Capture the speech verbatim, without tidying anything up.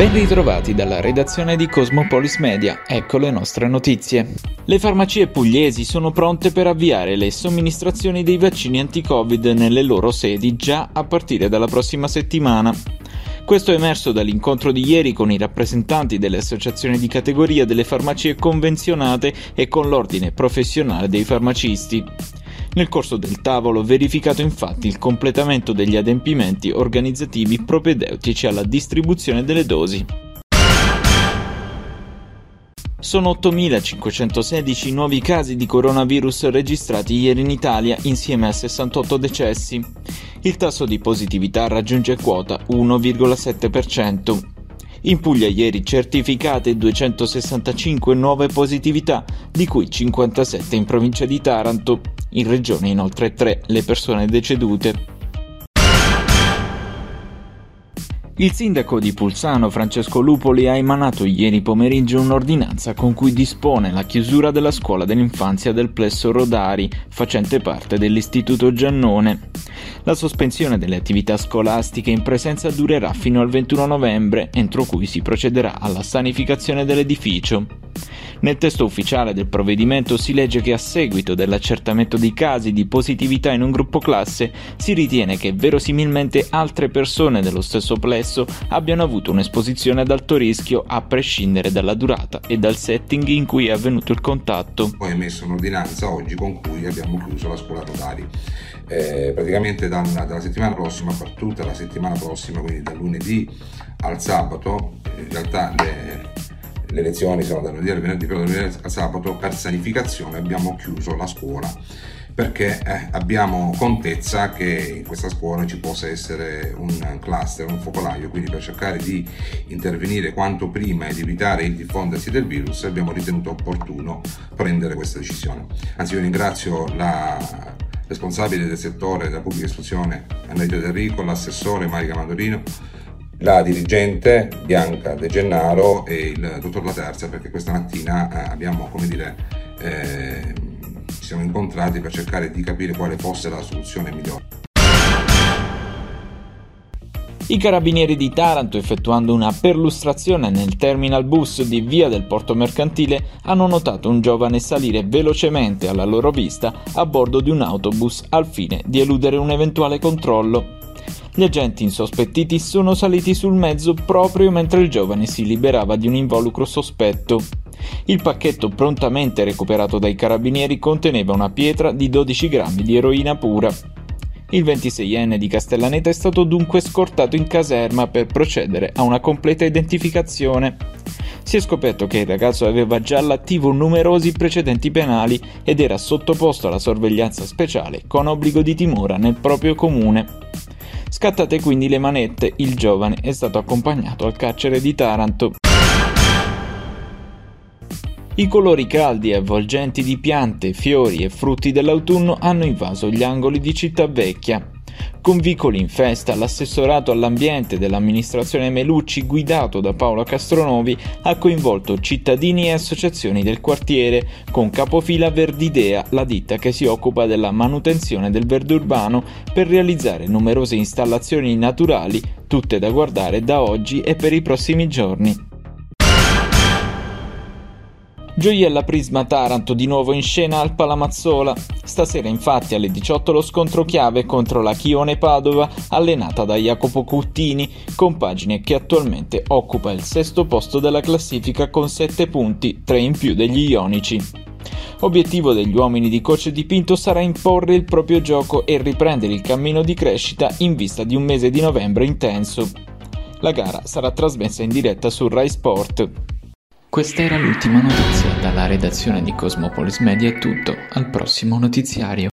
Ben ritrovati dalla redazione di Cosmopolis Media, ecco le nostre notizie. Le farmacie pugliesi sono pronte per avviare le somministrazioni dei vaccini anti-Covid nelle loro sedi già a partire dalla prossima settimana. Questo è emerso dall'incontro di ieri con i rappresentanti delle associazioni di categoria delle farmacie convenzionate e con l'ordine professionale dei farmacisti. Nel corso del tavolo verificato infatti il completamento degli adempimenti organizzativi propedeutici alla distribuzione delle dosi. Sono ottomilacinquecentosedici i nuovi casi di coronavirus registrati ieri in Italia insieme a sessantotto decessi. Il tasso di positività raggiunge quota uno virgola sette per cento. In Puglia ieri certificate duecentosessantacinque nuove positività, di cui cinquantasette in provincia di Taranto. In regione inoltre tre le persone decedute. Il sindaco di Pulsano, Francesco Lupoli, ha emanato ieri pomeriggio un'ordinanza con cui dispone la chiusura della scuola dell'infanzia del Plesso Rodari, facente parte dell'Istituto Giannone. La sospensione delle attività scolastiche in presenza durerà fino al ventuno novembre, entro cui si procederà alla sanificazione dell'edificio. Nel testo ufficiale del provvedimento si legge che a seguito dell'accertamento di casi di positività in un gruppo classe si ritiene che verosimilmente altre persone dello stesso plesso abbiano avuto un'esposizione ad alto rischio a prescindere dalla durata e dal setting in cui è avvenuto il contatto. Poi è emesso un'ordinanza oggi con cui abbiamo chiuso la scuola Rodari. Eh, praticamente dalla, dalla settimana prossima, per tutta la settimana prossima, quindi dal lunedì al sabato, in realtà le Le lezioni sono dal lunedì al venerdì, però dal lunedì al sabato per sanificazione abbiamo chiuso la scuola perché eh, abbiamo contezza che in questa scuola ci possa essere un cluster, un focolaio, quindi per cercare di intervenire quanto prima ed evitare il diffondersi del virus abbiamo ritenuto opportuno prendere questa decisione. Anzi, io ringrazio la responsabile del settore della pubblica istruzione Annalisa Del Rico, l'assessore Marica Mandolino, la dirigente Bianca De Gennaro e il dottor La Terza, perché questa mattina eh, abbiamo, come dire, eh, ci siamo incontrati per cercare di capire quale fosse la soluzione migliore. I carabinieri di Taranto, effettuando una perlustrazione nel terminal bus di Via del Porto Mercantile, hanno notato un giovane salire velocemente alla loro vista a bordo di un autobus al fine di eludere un eventuale controllo. Gli agenti insospettiti sono saliti sul mezzo proprio mentre il giovane si liberava di un involucro sospetto. Il pacchetto prontamente recuperato dai carabinieri conteneva una pietra di dodici grammi di eroina pura. Il ventiseienne di Castellaneta è stato dunque scortato in caserma per procedere a una completa identificazione. Si è scoperto che il ragazzo aveva già all'attivo numerosi precedenti penali ed era sottoposto alla sorveglianza speciale con obbligo di dimora nel proprio comune. Scattate quindi le manette, il giovane è stato accompagnato al carcere di Taranto. I colori caldi e avvolgenti di piante, fiori e frutti dell'autunno hanno invaso gli angoli di Città Vecchia. Con vicoli in festa, l'assessorato all'ambiente dell'amministrazione Melucci, guidato da Paolo Castronovi, ha coinvolto cittadini e associazioni del quartiere, con capofila Verdidea, la ditta che si occupa della manutenzione del verde urbano, per realizzare numerose installazioni naturali, tutte da guardare da oggi e per i prossimi giorni. Gioiella Prisma Taranto di nuovo in scena al Palamazzola. Stasera infatti alle diciotto lo scontro chiave contro la Chione Padova, allenata da Jacopo Cuttini, compagine che attualmente occupa il sesto posto della classifica con sette punti, tre in più degli ionici. Obiettivo degli uomini di coach Dipinto sarà imporre il proprio gioco e riprendere il cammino di crescita in vista di un mese di novembre intenso. La gara sarà trasmessa in diretta su Rai Sport. Questa era l'ultima notizia. Dalla redazione di Cosmopolis Media è tutto, al prossimo notiziario.